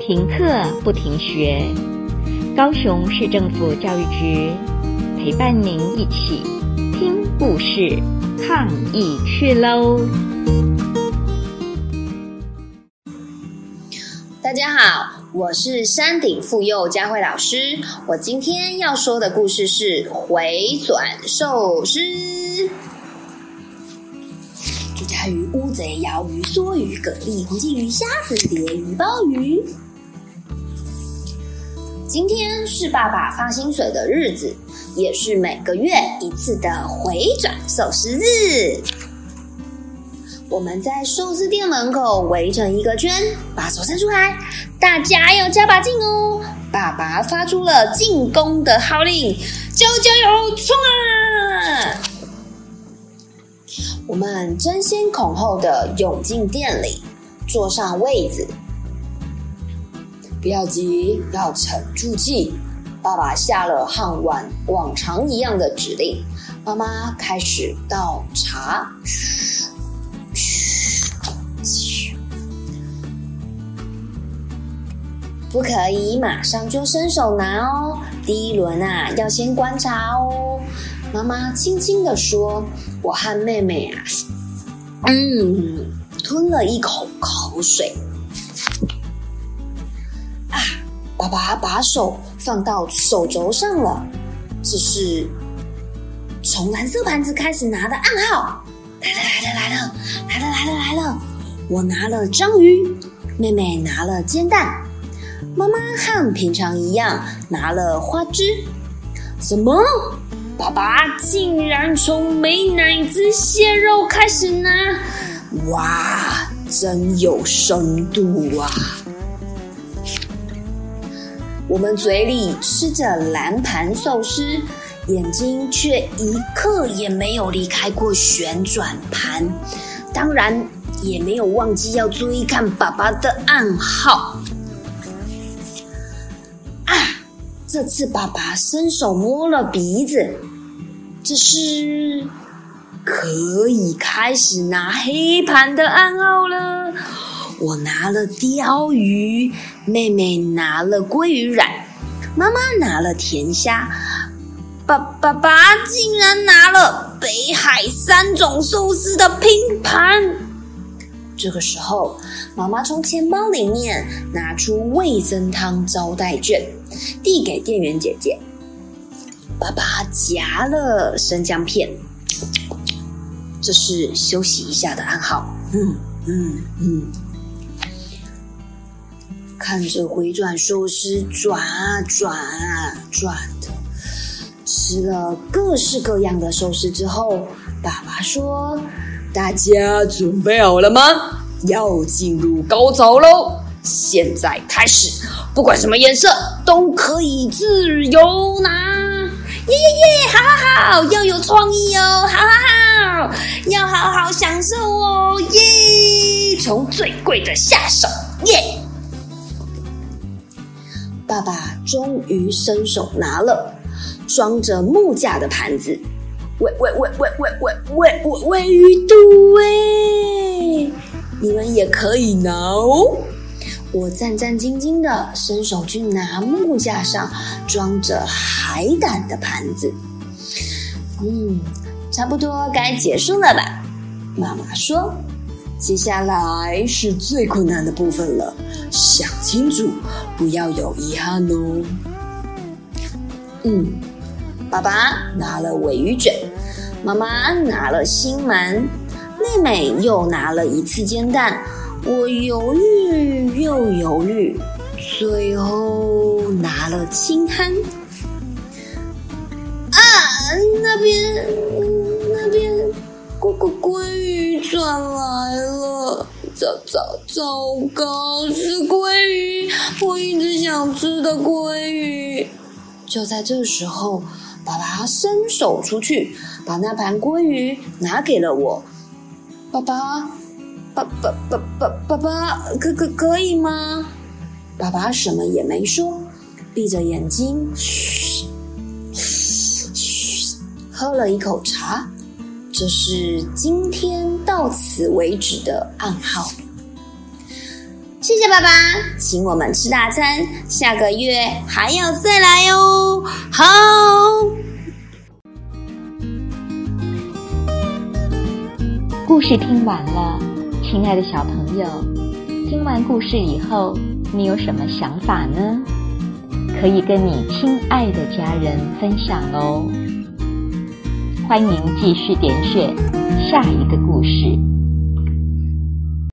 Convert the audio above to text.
停课不停学，高雄市政府教育局陪伴您一起听故事、抗疫去喽！ 大家好，我是山顶妇幼佳慧老师。我今天要说的故事是回转寿司。竹荚鱼、乌贼、鳐鱼、梭鱼、蛤蜊、红鲫鱼、虾子、鲽鱼、鲍鱼。今天是爸爸发薪水的日子，也是每个月一次的回转寿司日。我们在寿司店门口围成一个圈，把手伸出来，大家要加把劲哦！爸爸发出了进攻的号令，加油，冲啊！我们争先恐后的涌进店里，坐上位子。不要急，要沉住气。爸爸下了和往常一样的指令，妈妈开始倒茶。不可以马上就伸手拿哦，第一轮要先观察哦。妈妈轻轻地说，我和妹妹吞了一口口水。爸爸把手放到手肘上了，这是从蓝色盘子开始拿的暗号。来了！我拿了章鱼，妹妹拿了煎蛋，妈妈和平常一样拿了花枝。什么？爸爸竟然从美乃滋蟹肉开始拿？哇，真有深度啊！我们嘴里吃着蓝盘寿司，眼睛却一刻也没有离开过旋转盘，当然也没有忘记要注意看爸爸的暗号。这次爸爸伸手摸了鼻子，这是可以开始拿黑盘的暗号了。我拿了鲷鱼，妹妹拿了鲑鱼卵，妈妈拿了甜虾，爸爸竟然拿了北海3种寿司的拼盘。这个时候，妈妈从钱包里面拿出味噌汤招待券，递给店员姐姐。爸爸夹了生姜片，这是休息一下的暗号。看着回转寿司转的，吃了各式各样的寿司之后，爸爸说：大家准备好了吗？要进入高潮咯！现在开始，不管什么颜色都可以自由拿。好，要有创意哦！好，要好好享受哦！耶！从最贵的下手，耶！爸爸终于伸手拿了装着木架的盘子，喂鱼肚你们也可以拿哦。我战战兢兢的伸手去拿木架上装着海胆的盘子。差不多该结束了吧？妈妈说，接下来是最困难的部分了，想清楚，不要有遗憾哦。爸爸拿了鲔鱼卷，妈妈拿了星鳗，妹妹又拿了一次煎蛋。我犹豫又犹豫，最后拿了青憨。那边鲑鱼转来了，糟糕，是鲑鱼，我一直想吃的鲑鱼。就在这时候，爸爸伸手出去，把那盘鲑鱼拿给了我。爸爸，可以吗？爸爸什么也没说，闭着眼睛，喝了一口茶。这是今天到此为止的暗号。 谢谢爸爸，请我们吃大餐，下个月还要再来哦。好。 故事听完了，亲爱的小朋友，听完故事以后，你有什么想法呢？可以跟你亲爱的家人分享哦。欢迎继续点选下一个故事。